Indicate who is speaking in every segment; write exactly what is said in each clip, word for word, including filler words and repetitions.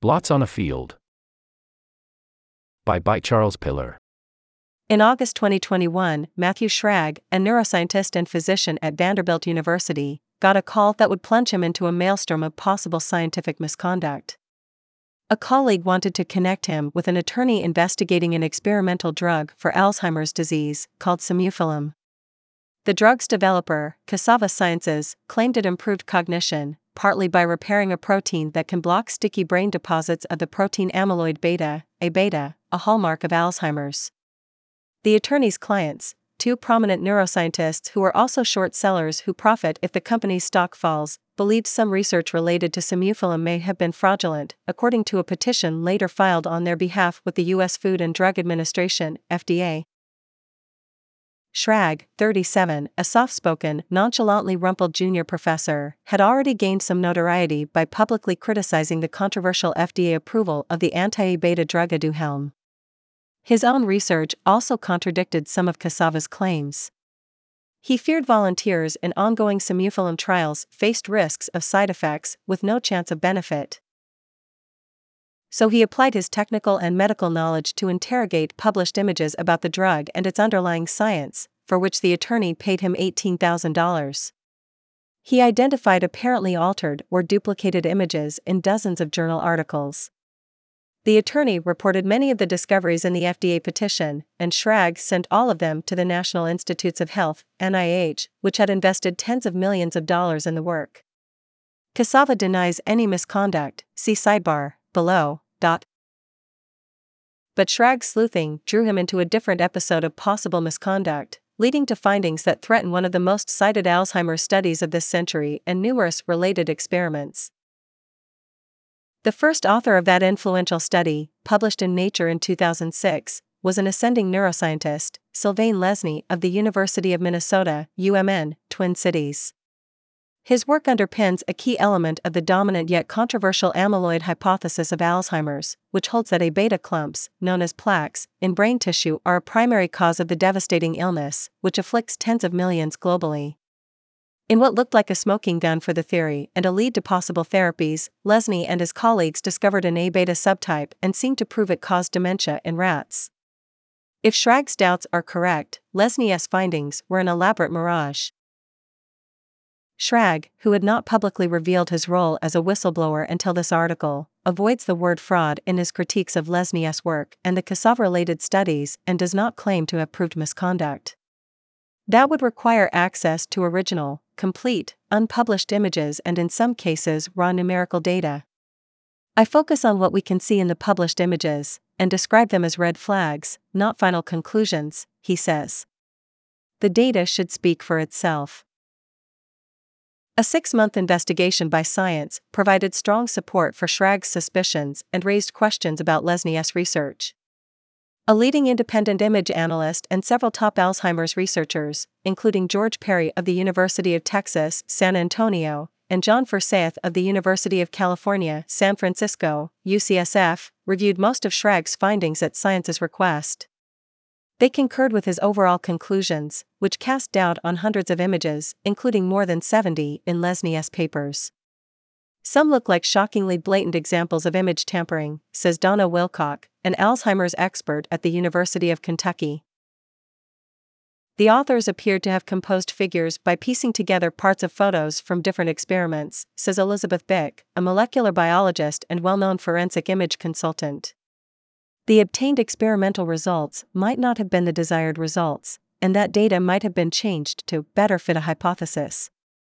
Speaker 1: Blots on a Field. By by Charles Piller.
Speaker 2: In August twenty twenty-one, Matthew Schrag, a neuroscientist and physician at Vanderbilt University, got a call that would plunge him into a maelstrom of possible scientific misconduct. A colleague wanted to connect him with an attorney investigating an experimental drug for Alzheimer's disease called Simufilm. The drug's developer, Cassava Sciences, claimed it improved cognition, partly by repairing a protein that can block sticky brain deposits of the protein amyloid beta, A beta, a hallmark of Alzheimer's. The attorney's clients, two prominent neuroscientists who are also short sellers who profit if the company's stock falls, believed some research related to Simufilm may have been fraudulent, according to a petition later filed on their behalf with the U S Food and Drug Administration, F D A. Schrag, thirty-seven, a soft-spoken, nonchalantly rumpled junior professor, had already gained some notoriety by publicly criticizing the controversial F D A approval of the anti-A beta drug Aduhelm. His own research also contradicted some of Cassava's claims. He feared volunteers in ongoing Simufilm trials faced risks of side effects with no chance of benefit. So he applied his technical and medical knowledge to interrogate published images about the drug and its underlying science, for which the attorney paid him eighteen thousand dollars. He identified apparently altered or duplicated images in dozens of journal articles. The attorney reported many of the discoveries in the F D A petition, and Schrag sent all of them to the National Institutes of Health, N I H, which had invested tens of millions of dollars in the work. Cassava denies any misconduct, see sidebar, below. Dot. But Schrag's sleuthing drew him into a different episode of possible misconduct, leading to findings that threaten one of the most cited Alzheimer's studies of this century and numerous related experiments. The first author of that influential study, published in Nature in two thousand six, was an ascending neuroscientist, Sylvain Lesnie of the University of Minnesota, U M N, Twin Cities. His work underpins a key element of the dominant yet controversial amyloid hypothesis of Alzheimer's, which holds that A beta clumps, known as plaques, in brain tissue are a primary cause of the devastating illness, which afflicts tens of millions globally. In what looked like a smoking gun for the theory and a lead to possible therapies, Lesnie and his colleagues discovered an A beta subtype and seemed to prove it caused dementia in rats. If Schrag's doubts are correct, Lesnie's findings were an elaborate mirage. Schrag, who had not publicly revealed his role as a whistleblower until this article, avoids the word fraud in his critiques of Lesnie's work and the Cassava-related studies and does not claim to have proved misconduct. That would require access to original, complete, unpublished images and in some cases raw numerical data. I focus on what we can see in the published images, and describe them as red flags, not final conclusions, he says. The data should speak for itself. A six-month investigation by Science provided strong support for Schrag's suspicions and raised questions about Lesnie's research. A leading independent image analyst and several top Alzheimer's researchers, including George Perry of the University of Texas, San Antonio, and John Forsyth of the University of California, San Francisco, U C S F, reviewed most of Schrag's findings at Science's request. They concurred with his overall conclusions, which cast doubt on hundreds of images, including more than seventy in Lesnie's papers. Some look like shockingly blatant examples of image tampering, says Donna Wilcock, an Alzheimer's expert at the University of Kentucky. The authors appeared to have composed figures by piecing together parts of photos from different experiments, says Elizabeth Bick, a molecular biologist and well-known forensic image consultant. The obtained experimental results might not have been the desired results, and that data might have been changed to better fit a hypothesis.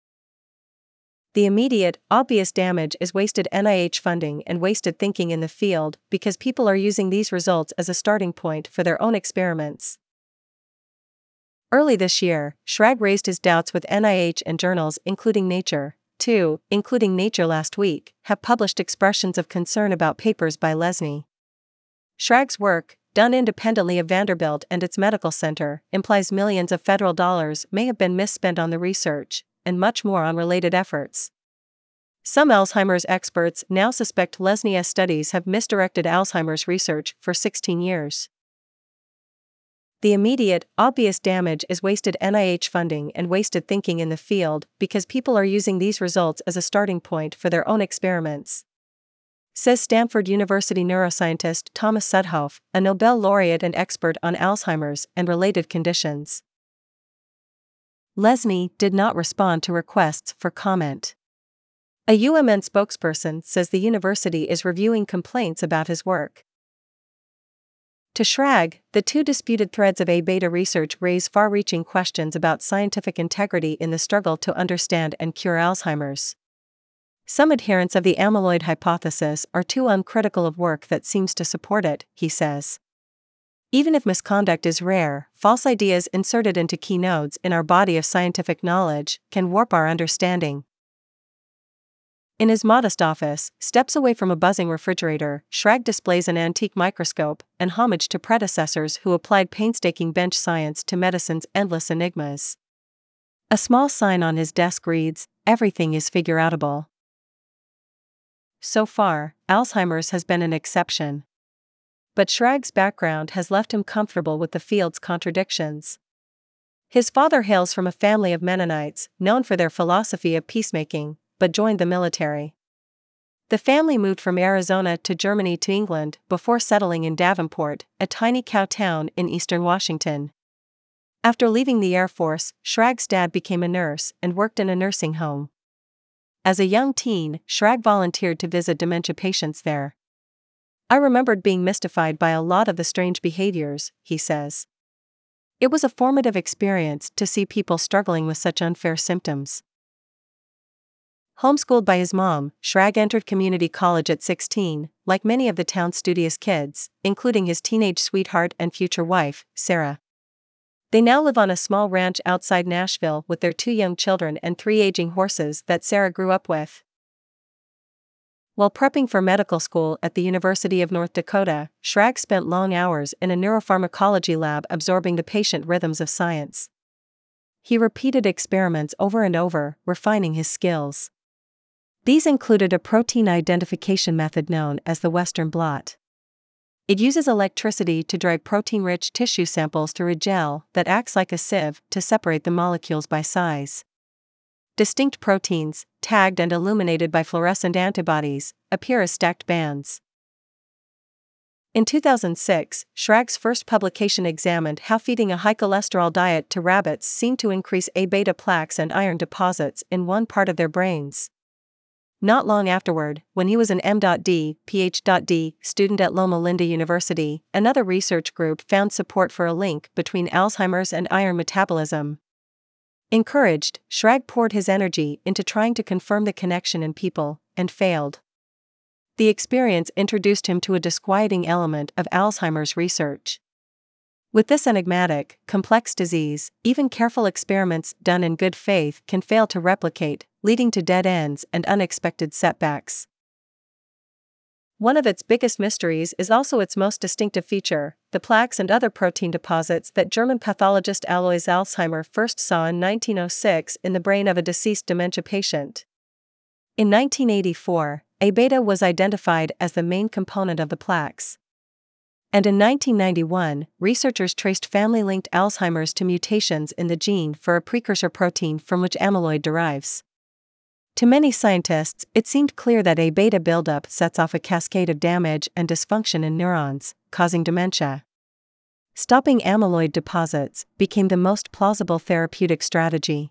Speaker 2: The immediate, obvious damage is wasted N I H funding and wasted thinking in the field because people are using these results as a starting point for their own experiments. Early this year, Schrag raised his doubts with N I H and journals including Nature, too, including Nature last week, have published expressions of concern about papers by Lesnie. Schrag's work, done independently of Vanderbilt and its medical center, implies millions of federal dollars may have been misspent on the research, and much more on related efforts. Some Alzheimer's experts now suspect Lesnie's studies have misdirected Alzheimer's research for sixteen years. The immediate, obvious damage is wasted N I H funding and wasted thinking in the field because people are using these results as a starting point for their own experiments. says Stanford University neuroscientist Thomas Sudhoff, a Nobel laureate and expert on Alzheimer's and related conditions. Lesnie did not respond to requests for comment. A U M N spokesperson says the university is reviewing complaints about his work. To Schrag, the two disputed threads of A beta research raise far-reaching questions about scientific integrity in the struggle to understand and cure Alzheimer's. Some adherents of the amyloid hypothesis are too uncritical of work that seems to support it, he says. Even if misconduct is rare, false ideas inserted into key nodes in our body of scientific knowledge can warp our understanding. In his modest office, steps away from a buzzing refrigerator, Schrag displays an antique microscope, an homage to predecessors who applied painstaking bench science to medicine's endless enigmas. A small sign on his desk reads, "Everything is figure-outable." So far, Alzheimer's has been an exception. But Schrag's background has left him comfortable with the field's contradictions. His father hails from a family of Mennonites, known for their philosophy of peacemaking, but joined the military. The family moved from Arizona to Germany to England before settling in Davenport, a tiny cow town in eastern Washington. After leaving the Air Force, Schrag's dad became a nurse and worked in a nursing home. As a young teen, Schrag volunteered to visit dementia patients there. "I remembered being mystified by a lot of the strange behaviors," he says. "It was a formative experience to see people struggling with such unfair symptoms." Homeschooled by his mom, Schrag entered community college at sixteen, like many of the town's studious kids, including his teenage sweetheart and future wife, Sarah. They now live on a small ranch outside Nashville with their two young children and three aging horses that Sarah grew up with. While prepping for medical school at the University of North Dakota, Schrag spent long hours in a neuropharmacology lab absorbing the patient rhythms of science. He repeated experiments over and over, refining his skills. These included a protein identification method known as the Western blot. It uses electricity to drive protein-rich tissue samples through a gel that acts like a sieve to separate the molecules by size. Distinct proteins, tagged and illuminated by fluorescent antibodies, appear as stacked bands. In two thousand six, Schrag's first publication examined how feeding a high-cholesterol diet to rabbits seemed to increase A beta plaques and iron deposits in one part of their brains. Not long afterward, when he was an M D, Ph.D. student at Loma Linda University, another research group found support for a link between Alzheimer's and iron metabolism. Encouraged, Schrag poured his energy into trying to confirm the connection in people, and failed. The experience introduced him to a disquieting element of Alzheimer's research. With this enigmatic, complex disease, even careful experiments done in good faith can fail to replicate, leading to dead ends and unexpected setbacks. One of its biggest mysteries is also its most distinctive feature, the plaques and other protein deposits that German pathologist Alois Alzheimer first saw in nineteen oh six in the brain of a deceased dementia patient. In nineteen eighty-four, A beta was identified as the main component of the plaques. And in nineteen ninety-one, researchers traced family-linked Alzheimer's to mutations in the gene for a precursor protein from which amyloid derives. To many scientists, it seemed clear that A beta buildup sets off a cascade of damage and dysfunction in neurons, causing dementia. Stopping amyloid deposits became the most plausible therapeutic strategy.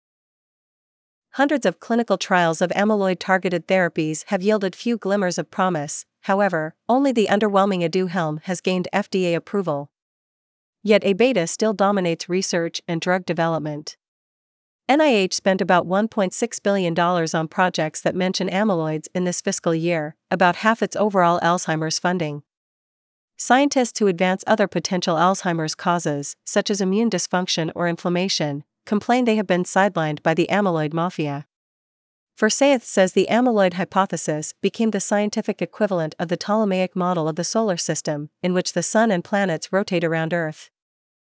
Speaker 2: Hundreds of clinical trials of amyloid-targeted therapies have yielded few glimmers of promise. However, only the underwhelming Aduhelm has gained F D A approval. Yet A beta still dominates research and drug development. N I H spent about one point six billion dollars on projects that mention amyloids in this fiscal year, about half its overall Alzheimer's funding. Scientists who advance other potential Alzheimer's causes, such as immune dysfunction or inflammation, complain they have been sidelined by the amyloid mafia. Forsyth says the amyloid hypothesis became the scientific equivalent of the Ptolemaic model of the solar system, in which the sun and planets rotate around Earth.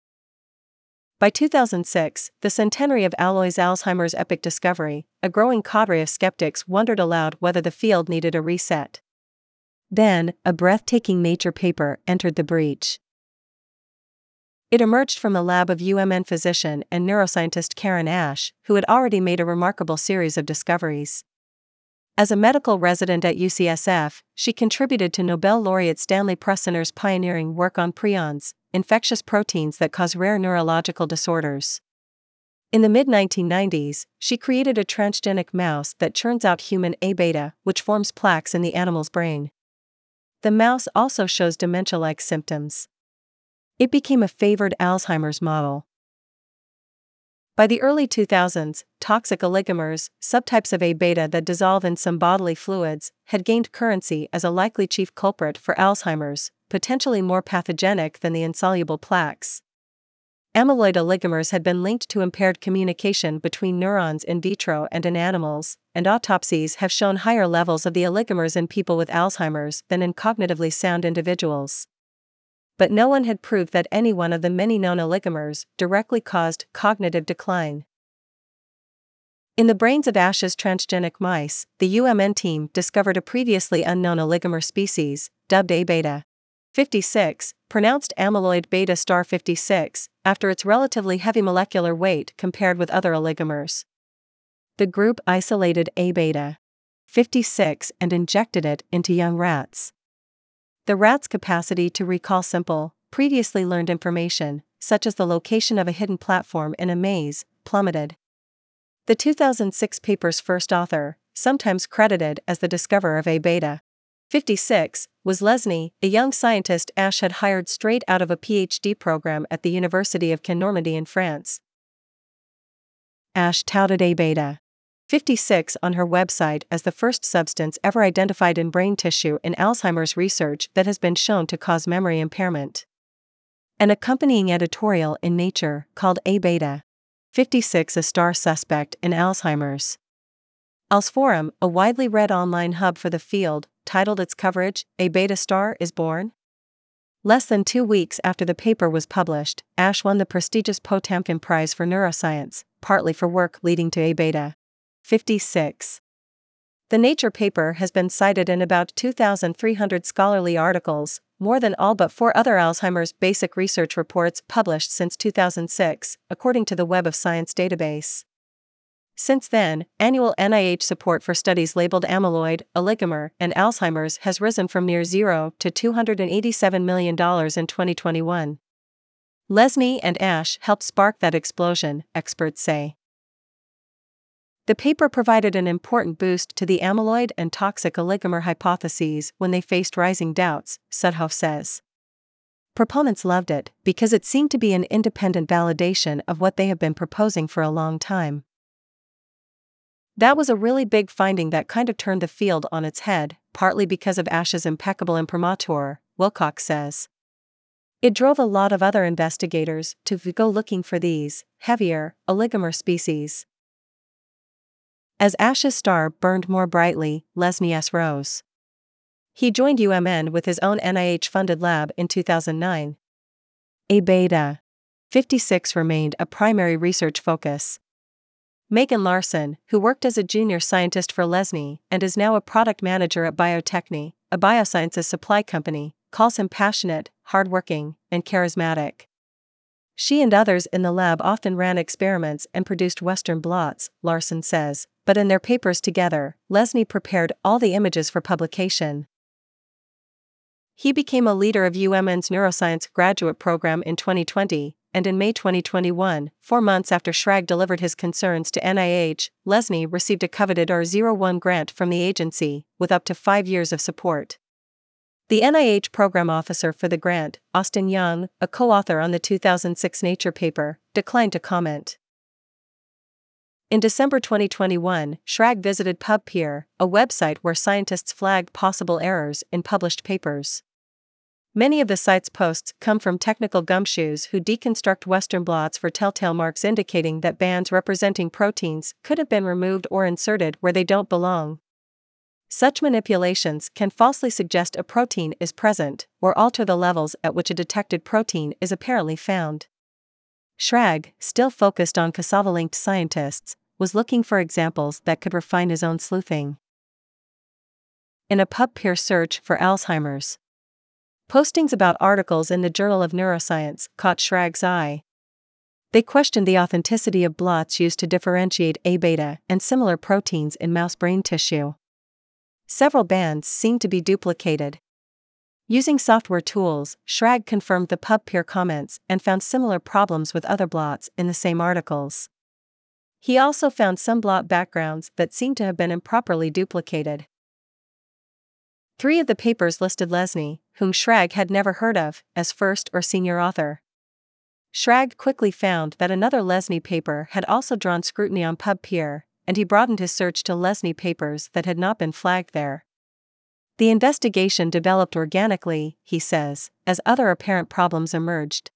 Speaker 2: By two thousand six, the centenary of Alois Alzheimer's epic discovery, a growing cadre of skeptics wondered aloud whether the field needed a reset. Then, a breathtaking Nature paper entered the breach. It emerged from the lab of U M N physician and neuroscientist Karen Ash, who had already made a remarkable series of discoveries. As a medical resident at U C S F, she contributed to Nobel laureate Stanley Prussener's pioneering work on prions, infectious proteins that cause rare neurological disorders. In the mid nineteen nineties, she created a transgenic mouse that churns out human A beta, which forms plaques in the animal's brain. The mouse also shows dementia-like symptoms. It became a favored Alzheimer's model. By the early two thousands, toxic oligomers, subtypes of A beta that dissolve in some bodily fluids, had gained currency as a likely chief culprit for Alzheimer's, potentially more pathogenic than the insoluble plaques. Amyloid oligomers had been linked to impaired communication between neurons in vitro and in animals, and autopsies have shown higher levels of the oligomers in people with Alzheimer's than in cognitively sound individuals. But no one had proved that any one of the many known oligomers directly caused cognitive decline. In the brains of Ash's transgenic mice, the U M N team discovered a previously unknown oligomer species, dubbed A beta fifty-six, pronounced amyloid beta star fifty-six, after its relatively heavy molecular weight compared with other oligomers. The group isolated A beta fifty-six and injected it into young rats. The rats' capacity to recall simple, previously learned information, such as the location of a hidden platform in a maze, plummeted. The two thousand six paper's first author, sometimes credited as the discoverer of A beta fifty-six, was Lesnie, a young scientist Ash had hired straight out of a PhD program at the University of Caen Normandy in France. Ash touted A beta fifty-six on her website as the first substance ever identified in brain tissue in Alzheimer's research that has been shown to cause memory impairment. An accompanying editorial in Nature called A beta fifty-six a star suspect in Alzheimer's. AlzForum, a widely read online hub for the field, titled its coverage, A beta star is born? Less than two weeks after the paper was published, Ash won the prestigious Potemkin Prize for Neuroscience, partly for work leading to A beta fifty-six. The Nature paper has been cited in about two thousand three hundred scholarly articles, more than all but four other Alzheimer's basic research reports published since two thousand six, according to the Web of Science database. Since then, annual N I H support for studies labeled amyloid, oligomer, and Alzheimer's has risen from near zero to two hundred eighty-seven million dollars in twenty twenty-one. Lesnie and Ash helped spark that explosion, experts say. The paper provided an important boost to the amyloid and toxic oligomer hypotheses when they faced rising doubts, Sudhoff says. Proponents loved it because it seemed to be an independent validation of what they have been proposing for a long time. That was a really big finding that kind of turned the field on its head, partly because of Ash's impeccable imprimatur, Wilcox says. It drove a lot of other investigators to go looking for these, heavier, oligomer species. As Ash's star burned more brightly, Lesnie S. rose. He joined U M N with his own N I H-funded lab in two thousand nine. A beta fifty-six remained a primary research focus. Megan Larson, who worked as a junior scientist for Lesnie and is now a product manager at Bio-Techne, a biosciences supply company, calls him passionate, hardworking, and charismatic. She and others in the lab often ran experiments and produced Western blots, Larson says, but in their papers together, Lesnie prepared all the images for publication. He became a leader of U M N's neuroscience graduate program in twenty twenty, and in May twenty twenty-one, four months after Schrag delivered his concerns to N I H, Lesnie received a coveted R zero one grant from the agency, with up to five years of support. The N I H program officer for the grant, Austin Young, a co-author on the two thousand six Nature paper, declined to comment. In December twenty twenty-one, Schrag visited PubPeer, a website where scientists flag possible errors in published papers. Many of the site's posts come from technical gumshoes who deconstruct Western blots for telltale marks indicating that bands representing proteins could have been removed or inserted where they don't belong. Such manipulations can falsely suggest a protein is present, or alter the levels at which a detected protein is apparently found. Schrag, still focused on cassava-linked scientists, was looking for examples that could refine his own sleuthing. In a PubPeer search for Alzheimer's, postings about articles in the Journal of Neuroscience caught Schrag's eye. They questioned the authenticity of blots used to differentiate A beta and similar proteins in mouse brain tissue. Several bands seem to be duplicated. Using software tools, Schrag confirmed the PubPeer comments and found similar problems with other blots in the same articles. He also found some blot backgrounds that seem to have been improperly duplicated. Three of the papers listed Lesnie, whom Schrag had never heard of, as first or senior author. Schrag quickly found that another Lesnie paper had also drawn scrutiny on PubPeer, and he broadened his search to Lesnie papers that had not been flagged there. The investigation developed organically, he says, as other apparent problems emerged.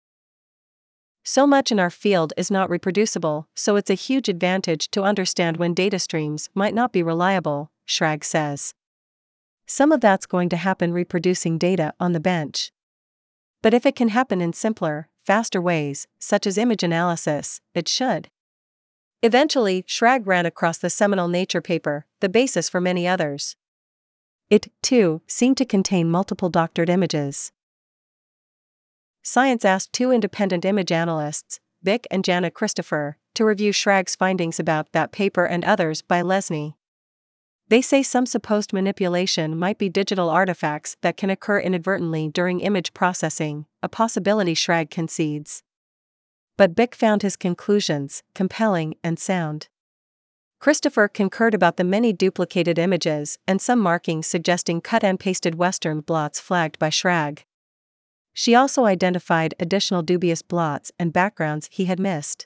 Speaker 2: So much in our field is not reproducible, so it's a huge advantage to understand when data streams might not be reliable, Schrag says. Some of that's going to happen reproducing data on the bench. But if it can happen in simpler, faster ways, such as image analysis, it should. Eventually, Schrag ran across the seminal Nature paper, the basis for many others. It, too, seemed to contain multiple doctored images. Science asked two independent image analysts, Bick and Jana Christopher, to review Schrag's findings about that paper and others by Lesnie. They say some supposed manipulation might be digital artifacts that can occur inadvertently during image processing, a possibility Schrag concedes. But Bick found his conclusions compelling and sound. Christopher concurred about the many duplicated images and some markings suggesting cut and pasted Western blots flagged by Schrag. She also identified additional dubious blots and backgrounds he had missed.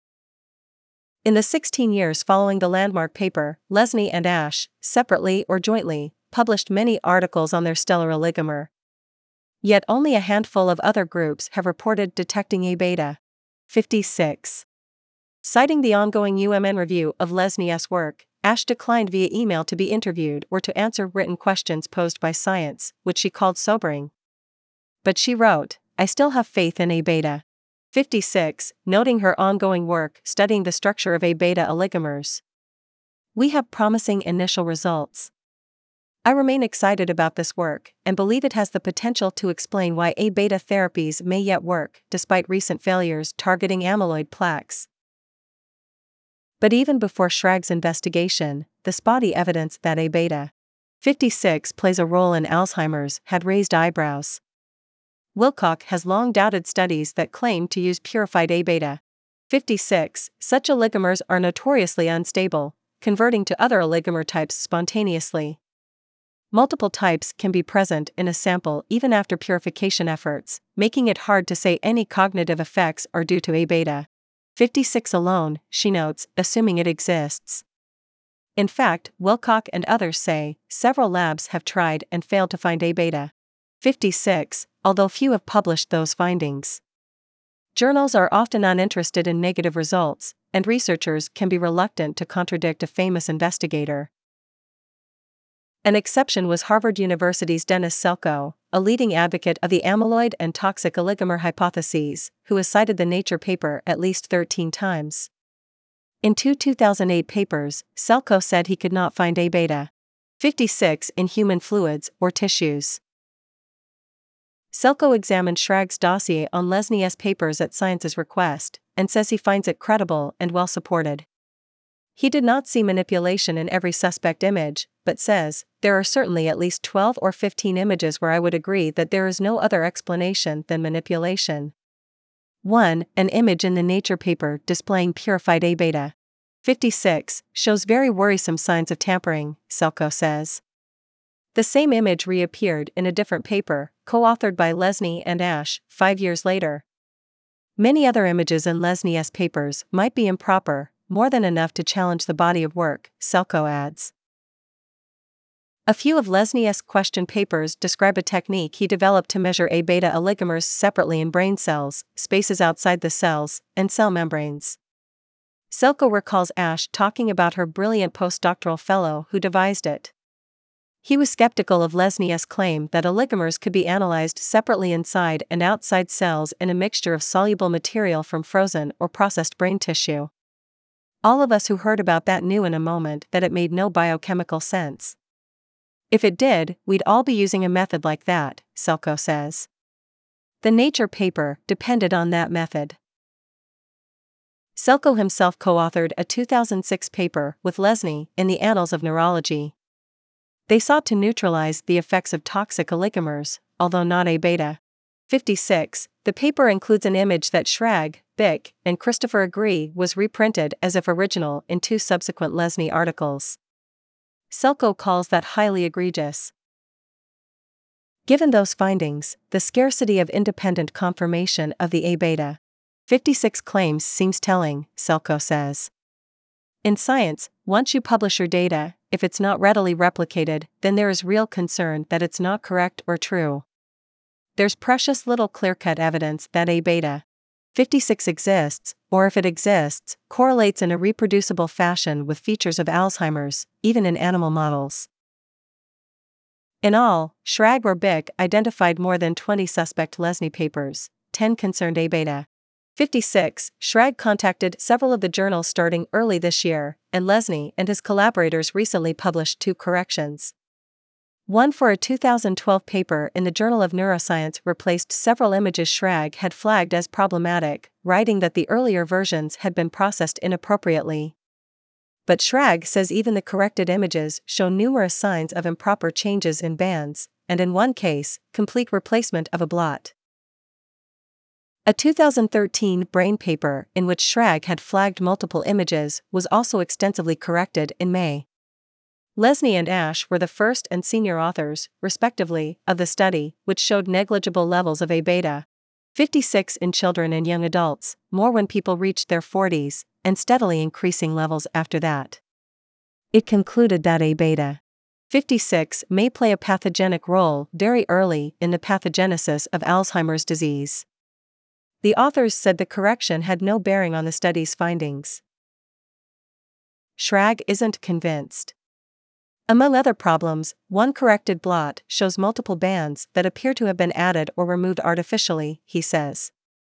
Speaker 2: In the sixteen years following the landmark paper, Lesnie and Ash, separately or jointly, published many articles on their stellar oligomer. Yet only a handful of other groups have reported detecting A beta. fifty-six. Citing the ongoing U M N review of Lesnie's work, Ash declined via email to be interviewed or to answer written questions posed by Science, which she called sobering. But she wrote, "I still have faith in A beta." fifty-six, noting her ongoing work studying the structure of A beta oligomers. "We have promising initial results. I remain excited about this work and believe it has the potential to explain why A beta therapies may yet work despite recent failures targeting amyloid plaques." But even before Schrag's investigation, the spotty evidence that A beta fifty-six plays a role in Alzheimer's had raised eyebrows. Wilcock has long doubted studies that claim to use purified A beta fifty-six. Such oligomers are notoriously unstable, converting to other oligomer types spontaneously. Multiple types can be present in a sample even after purification efforts, making it hard to say any cognitive effects are due to A beta fifty-six alone, she notes, assuming it exists. In fact, Wilcock and others say several labs have tried and failed to find A beta fifty-six, although few have published those findings. Journals are often uninterested in negative results, and researchers can be reluctant to contradict a famous investigator. An exception was Harvard University's Dennis Selkoe, a leading advocate of the amyloid and toxic oligomer hypotheses, who has cited the Nature paper at least thirteen times. In two two thousand eight papers, Selkoe said he could not find A beta fifty-six in human fluids or tissues. Selkoe examined Schrag's dossier on Lesnie's papers at Science's request, and says he finds it credible and well supported. He did not see manipulation in every suspect image, but says, "There are certainly at least twelve or fifteen images where I would agree that there is no other explanation than manipulation." one. An image in the Nature paper displaying purified A beta fifty-six shows very worrisome signs of tampering, Selkoe says. The same image reappeared in a different paper, co-authored by Lesnie and Ash, five years later. Many other images in Lesnie's papers might be improper, more than enough to challenge the body of work, Selkoe adds. A few of Lesnie's question papers describe a technique he developed to measure A beta oligomers separately in brain cells, spaces outside the cells, and cell membranes. Selkoe recalls Ash talking about her brilliant postdoctoral fellow who devised it. He was skeptical of Lesnie's claim that oligomers could be analyzed separately inside and outside cells in a mixture of soluble material from frozen or processed brain tissue. All of us who heard about that knew in a moment that it made no biochemical sense. If it did, we'd all be using a method like that, Selkoe says. The Nature paper depended on that method. Selkoe himself co-authored a two thousand six paper with Lesnie in the Annals of Neurology. They sought to neutralize the effects of toxic oligomers, although not A beta. fifty-six. The paper includes an image that Schrag, Bick, and Christopher agree was reprinted as if original in two subsequent Lesnie articles. Selkoe calls that highly egregious. Given those findings, the scarcity of independent confirmation of the A beta fifty-six claims seems telling, Selkoe says. In science, once you publish your data, if it's not readily replicated, then there is real concern that it's not correct or true. There's precious little clear-cut evidence that A beta fifty-six exists, or if it exists, correlates in a reproducible fashion with features of Alzheimer's, even in animal models. In all, Schrag or Bick identified more than twenty suspect Lesnie papers, ten concerned A beta fifty-six. Schrag contacted several of the journals starting early this year, and Lesnie and his collaborators recently published two corrections. One for a two thousand twelve paper in the Journal of Neuroscience replaced several images Schrag had flagged as problematic, writing that the earlier versions had been processed inappropriately. But Schrag says even the corrected images show numerous signs of improper changes in bands, and in one case, complete replacement of a blot. A two thousand thirteen Brain paper in which Schrag had flagged multiple images was also extensively corrected in May. Lesnie and Ash were the first and senior authors, respectively, of the study, which showed negligible levels of A beta fifty-six in children and young adults, more when people reached their forties, and steadily increasing levels after that. It concluded that A beta fifty-six may play a pathogenic role very early in the pathogenesis of Alzheimer's disease. The authors said the correction had no bearing on the study's findings. Schrag isn't convinced. Among other problems, one corrected blot shows multiple bands that appear to have been added or removed artificially, he says.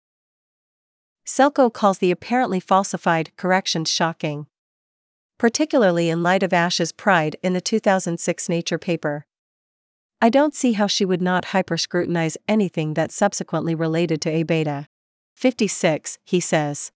Speaker 2: Selkoe calls the apparently falsified corrections shocking, particularly in light of Ash's pride in the two thousand six Nature paper. I don't see how she would not hyperscrutinize anything that subsequently related to A beta fifty-six, he says.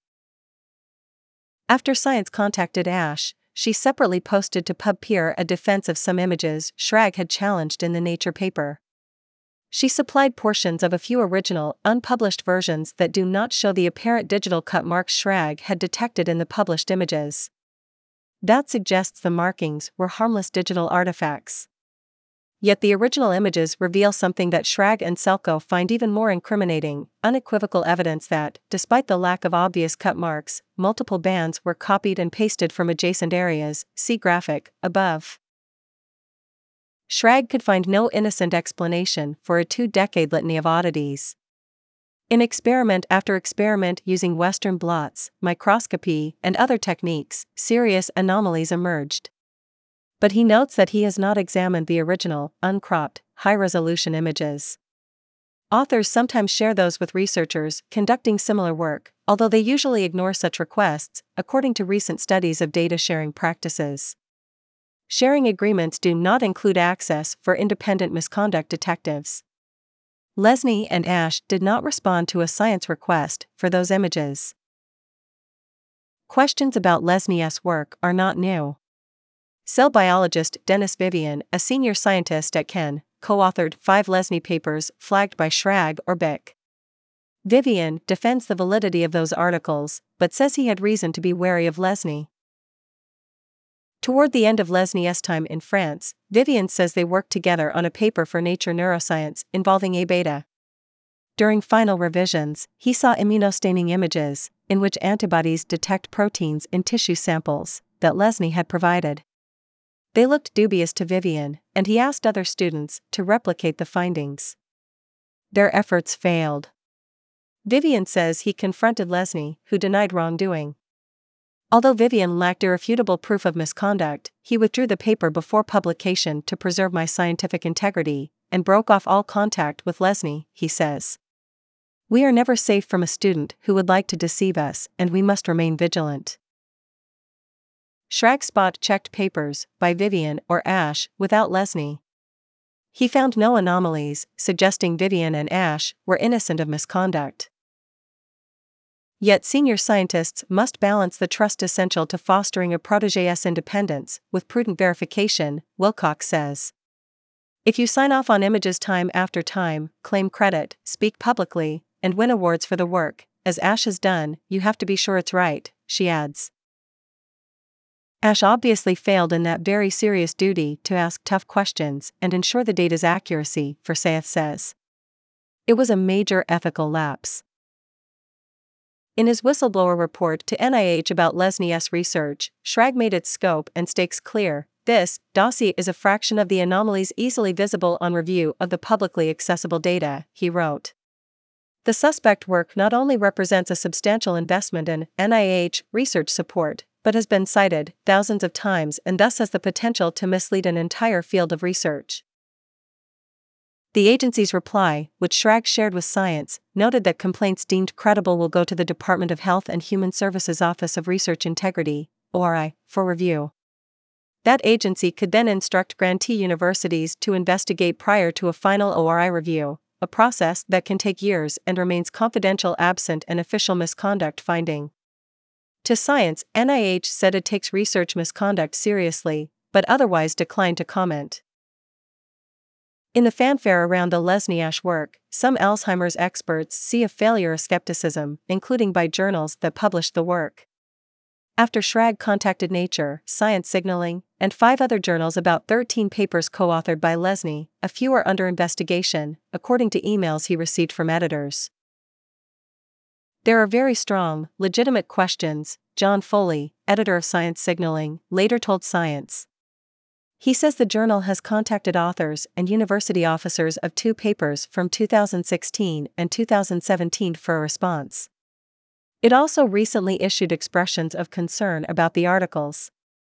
Speaker 2: After Science contacted Ash, she separately posted to PubPeer a defense of some images Schrag had challenged in the Nature paper. She supplied portions of a few original, unpublished versions that do not show the apparent digital cut marks Schrag had detected in the published images. That suggests the markings were harmless digital artifacts. Yet the original images reveal something that Schrag and Selkoe find even more incriminating, unequivocal evidence that, despite the lack of obvious cut marks, multiple bands were copied and pasted from adjacent areas, see graphic, above. Schrag could find no innocent explanation for a two-decade litany of oddities. In experiment after experiment using Western blots, microscopy, and other techniques, serious anomalies emerged. But he notes that he has not examined the original, uncropped, high-resolution images. Authors sometimes share those with researchers conducting similar work, although they usually ignore such requests, according to recent studies of data-sharing practices. Sharing agreements do not include access for independent misconduct detectives. Lesnie and Ash did not respond to a science request for those images. Questions about Lesnie's work are not new. Cell biologist Dennis Vivian, a senior scientist at Ken, co-authored five Lesnie papers flagged by Schrag or Bick. Vivian defends the validity of those articles, but says he had reason to be wary of Lesnie. Toward the end of Lesnie's time in France, Vivian says they worked together on a paper for Nature Neuroscience involving A beta. During final revisions, he saw immunostaining images, in which antibodies detect proteins in tissue samples, that Lesnie had provided. They looked dubious to Vivian, and he asked other students to replicate the findings. Their efforts failed. Vivian says he confronted Lesnie, who denied wrongdoing. Although Vivian lacked irrefutable proof of misconduct, he withdrew the paper before publication to preserve my scientific integrity, and broke off all contact with Lesnie, he says. We are never safe from a student who would like to deceive us, and we must remain vigilant. Schrag spot-checked papers, by Vivian or Ash, without Lesnie. He found no anomalies, suggesting Vivian and Ash were innocent of misconduct. Yet senior scientists must balance the trust essential to fostering a protégé's independence with prudent verification, Wilcox says. If you sign off on images time after time, claim credit, speak publicly, and win awards for the work, as Ash has done, you have to be sure it's right, she adds. Ash obviously failed in that very serious duty to ask tough questions and ensure the data's accuracy, Forsyth says. It was a major ethical lapse. In his whistleblower report to N I H about Lesnia's research, Schrag made its scope and stakes clear. This dossier is a fraction of the anomalies easily visible on review of the publicly accessible data, he wrote. The suspect work not only represents a substantial investment in N I H research support, but has been cited thousands of times and thus has the potential to mislead an entire field of research. The agency's reply, which Schrag shared with Science, noted that complaints deemed credible will go to the Department of Health and Human Services Office of Research Integrity, O R I, for review. That agency could then instruct grantee universities to investigate prior to a final O R I review, a process that can take years and remains confidential absent an official misconduct finding. To Science, N I H said it takes research misconduct seriously, but otherwise declined to comment. In the fanfare around the Lesnia's work, some Alzheimer's experts see a failure of skepticism, including by journals that published the work. After Schrag contacted Nature, Science Signaling, and five other journals about thirteen papers co-authored by Lesnie, a few are under investigation, according to emails he received from editors. There are very strong, legitimate questions, John Foley, editor of Science Signaling, later told Science. He says the journal has contacted authors and university officers of two papers from two thousand sixteen and two thousand seventeen for a response. It also recently issued expressions of concern about the articles.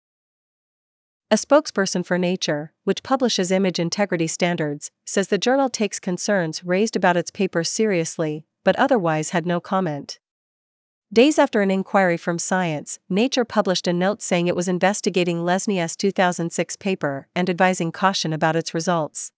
Speaker 2: A spokesperson for Nature, which publishes image integrity standards, says the journal takes concerns raised about its papers seriously, but otherwise had no comment. Days after an inquiry from Science, Nature published a note saying it was investigating Lesnia's two thousand six paper and advising caution about its results.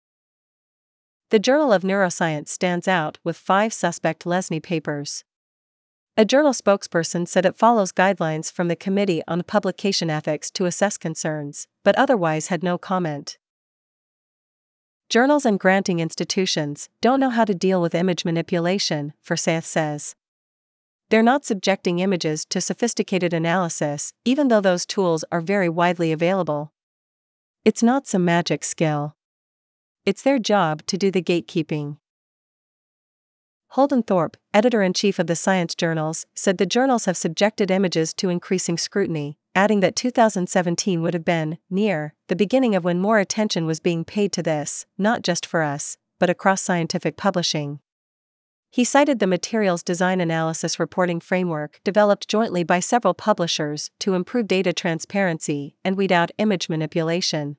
Speaker 2: The Journal of Neuroscience stands out with five suspect Lesnie papers. A journal spokesperson said it follows guidelines from the Committee on Publication Ethics to assess concerns, but otherwise had no comment. Journals and granting institutions don't know how to deal with image manipulation, Forsyth says. They're not subjecting images to sophisticated analysis, even though those tools are very widely available. It's not some magic skill. It's their job to do the gatekeeping. Holden Thorpe, editor-in-chief of the Science Journals, said the journals have subjected images to increasing scrutiny, adding that two thousand seventeen would have been, near, the beginning of when more attention was being paid to this, not just for us, but across scientific publishing. He cited the Materials Design Analysis Reporting Framework developed jointly by several publishers to improve data transparency and weed out image manipulation.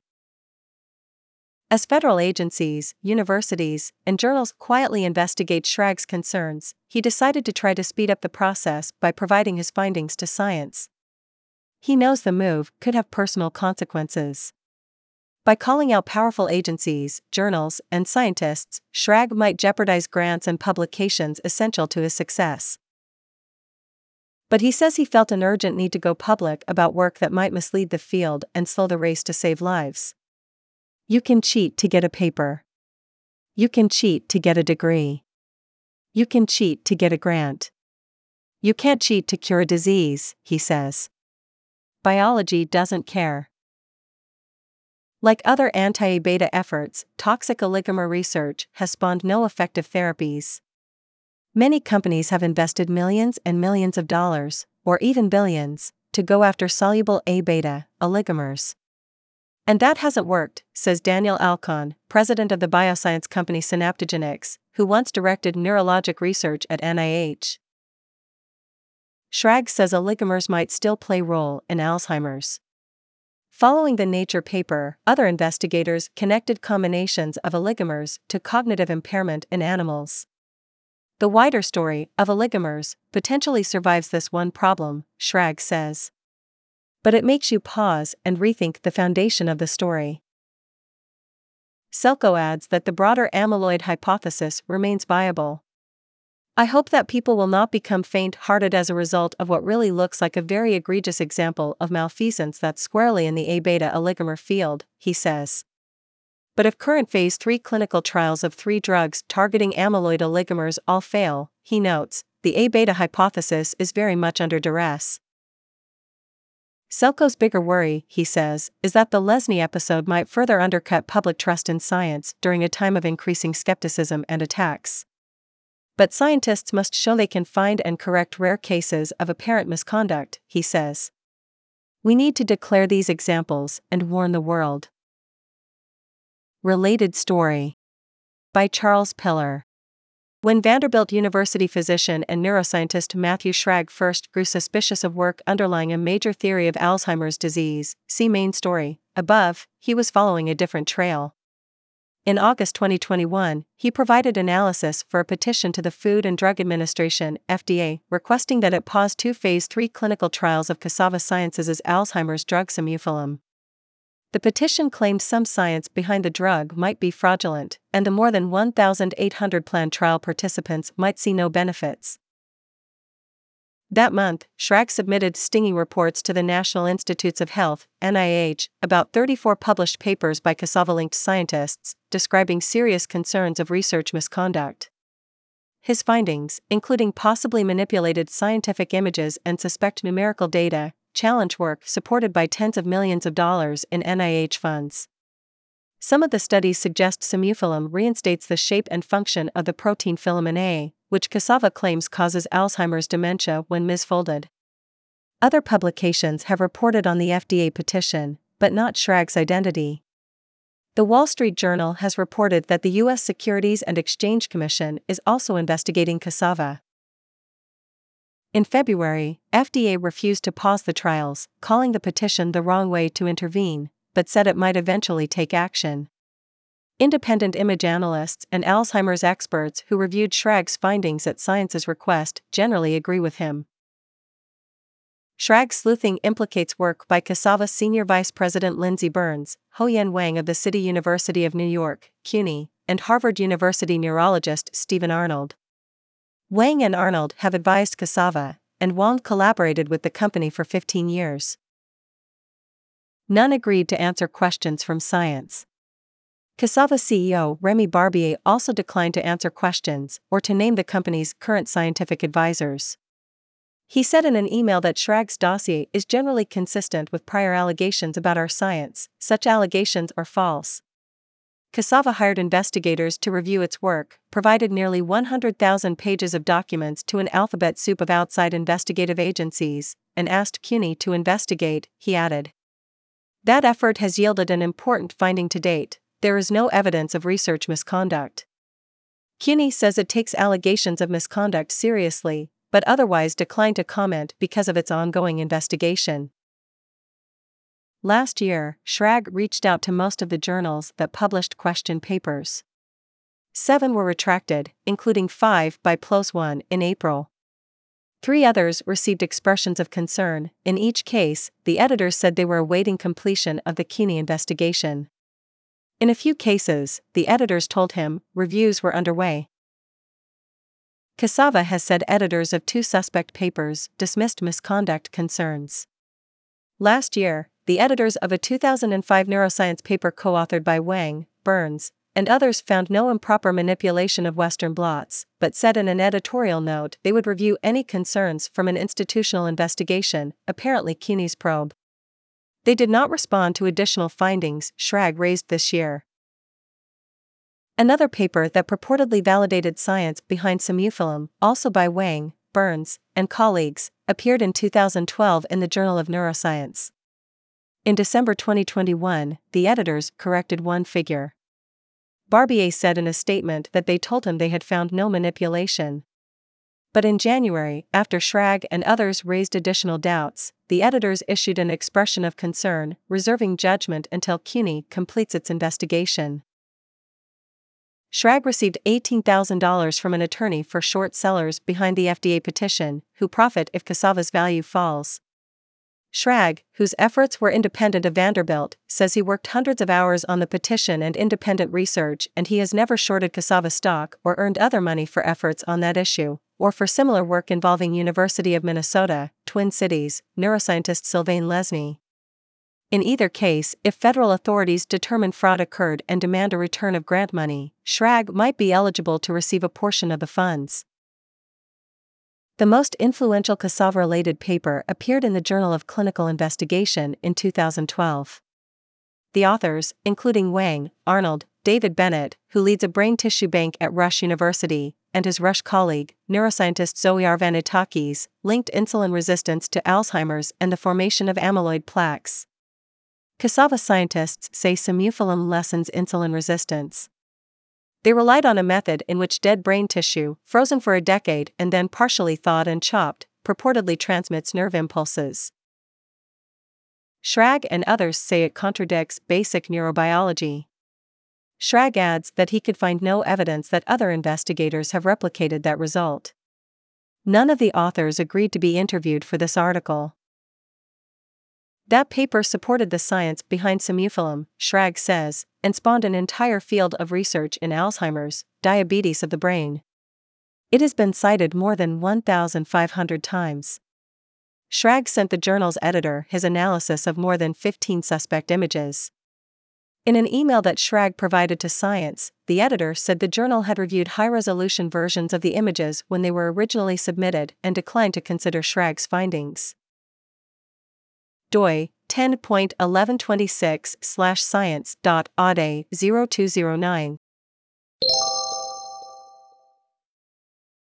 Speaker 2: As federal agencies, universities, and journals quietly investigate Schrag's concerns, he decided to try to speed up the process by providing his findings to Science. He knows the move could have personal consequences. By calling out powerful agencies, journals, and scientists, Schrag might jeopardize grants and publications essential to his success. But he says he felt an urgent need to go public about work that might mislead the field and slow the race to save lives. You can cheat to get a paper. You can cheat to get a degree. You can cheat to get a grant. You can't cheat to cure a disease, he says. Biology doesn't care. Like other anti-A beta efforts, toxic oligomer research has spawned no effective therapies. Many companies have invested millions and millions of dollars, or even billions, to go after soluble A beta oligomers. And that hasn't worked, says Daniel Alcon, president of the bioscience company Synaptogenics, who once directed neurologic research at N I H. Schrag says oligomers might still play a role in Alzheimer's. Following the Nature paper, other investigators connected combinations of oligomers to cognitive impairment in animals. The wider story of oligomers potentially survives this one problem, Schrag says. But it makes you pause and rethink the foundation of the story. Selko adds that the broader amyloid hypothesis remains viable. I hope that people will not become faint-hearted as a result of what really looks like a very egregious example of malfeasance that's squarely in the A beta oligomer field, he says. But if current phase three clinical trials of three drugs targeting amyloid oligomers all fail, he notes, the A beta hypothesis is very much under duress. Celco's bigger worry, he says, is that the Lesnie episode might further undercut public trust in science during a time of increasing skepticism and attacks. But scientists must show they can find and correct rare cases of apparent misconduct, he says. We need to declare these examples and warn the world. Related story. By Charles Piller. When Vanderbilt University physician and neuroscientist Matthew Schrag first grew suspicious of work underlying a major theory of Alzheimer's disease, see main story above, he was following a different trail. In August twenty twenty-one, he provided analysis for a petition to the Food and Drug Administration, F D A, requesting that it pause two phase three clinical trials of Cassava Sciences' Alzheimer's drug Simufilm. The petition claimed some science behind the drug might be fraudulent, and the more than one thousand eight hundred planned trial participants might see no benefits. That month, Schrag submitted stinging reports to the National Institutes of Health, N I H, about thirty-four published papers by Cassava-linked scientists, describing serious concerns of research misconduct. His findings, including possibly manipulated scientific images and suspect numerical data, challenge work supported by tens of millions of dollars in N I H funds. Some of the studies suggest Simufilm reinstates the shape and function of the protein filamin A, which Cassava claims causes Alzheimer's dementia when misfolded. Other publications have reported on the F D A petition, but not Schrag's identity. The Wall Street Journal has reported that the U S Securities and Exchange Commission is also investigating Cassava. In February, F D A refused to pause the trials, calling the petition the wrong way to intervene, but said it might eventually take action. Independent image analysts and Alzheimer's experts who reviewed Schrag's findings at Science's request generally agree with him. Schrag's sleuthing implicates work by Cassava Senior Vice President Lindsey Burns, Ho-Yen Wang of the City University of New York, C U N Y, and Harvard University neurologist Stephen Arnold. Wang and Arnold have advised Cassava, and Wang collaborated with the company for fifteen years. None agreed to answer questions from science. Cassava C E O Remy Barbier also declined to answer questions or to name the company's current scientific advisors. He said in an email that Schrag's dossier is generally consistent with prior allegations about our science. Such allegations are false. Cassava hired investigators to review its work, provided nearly one hundred thousand pages of documents to an alphabet soup of outside investigative agencies, and asked C U N Y to investigate, he added. That effort has yielded an important finding to date: there is no evidence of research misconduct. C U N Y says it takes allegations of misconduct seriously, but otherwise declined to comment because of its ongoing investigation. Last year, Schrag reached out to most of the journals that published question papers. Seven were retracted, including five by PLOS ONE in April. Three others received expressions of concern. In each case, the editors said they were awaiting completion of the C U N Y investigation. In a few cases, the editors told him reviews were underway. Cassava has said editors of two suspect papers dismissed misconduct concerns. Last year, the editors of a two thousand five neuroscience paper co-authored by Wang, Burns, and others found no improper manipulation of Western blots, but said in an editorial note they would review any concerns from an institutional investigation, apparently C U N Y's probe. They did not respond to additional findings Schrag raised this year. Another paper that purportedly validated science behind Simufilm, also by Wang, Burns, and colleagues, appeared in two thousand twelve in the Journal of Neuroscience. In December twenty twenty-one, the editors corrected one figure. Barbier said in a statement that they told him they had found no manipulation. But in January, after Schrag and others raised additional doubts, the editors issued an expression of concern, reserving judgment until C U N Y completes its investigation. Schrag received eighteen thousand dollars from an attorney for short sellers behind the F D A petition, who profit if Cassava's value falls. Schrag, whose efforts were independent of Vanderbilt, says he worked hundreds of hours on the petition and independent research, and he has never shorted Cassava stock or earned other money for efforts on that issue. or for similar work involving University of Minnesota, Twin Cities, neuroscientist Sylvain Lesnie. In either case, if federal authorities determine fraud occurred and demand a return of grant money, Schrag might be eligible to receive a portion of the funds. The most influential cassava-related paper appeared in the Journal of Clinical Investigation in two thousand twelve. The authors, including Wang, Arnold, David Bennett, who leads a brain tissue bank at Rush University, and his Rush colleague, neuroscientist Zoe Arvanitakis, linked insulin resistance to Alzheimer's and the formation of amyloid plaques. Cassava scientists say Simufilum lessens insulin resistance. They relied on a method in which dead brain tissue, frozen for a decade and then partially thawed and chopped, purportedly transmits nerve impulses. Schrag and others say it contradicts basic neurobiology. Schrag adds that he could find no evidence that other investigators have replicated that result. None of the authors agreed to be interviewed for this article. That paper supported the science behind Simufilum, Schrag says, and spawned an entire field of research in Alzheimer's, diabetes of the brain. It has been cited more than one thousand five hundred times. Schrag sent the journal's editor his analysis of more than fifteen suspect images. In an email that Schrag provided to Science, the editor said the journal had reviewed high-resolution versions of the images when they were originally submitted and declined to consider Schrag's findings. doi ten point eleven twenty-six slash science dot aude zero two zero nine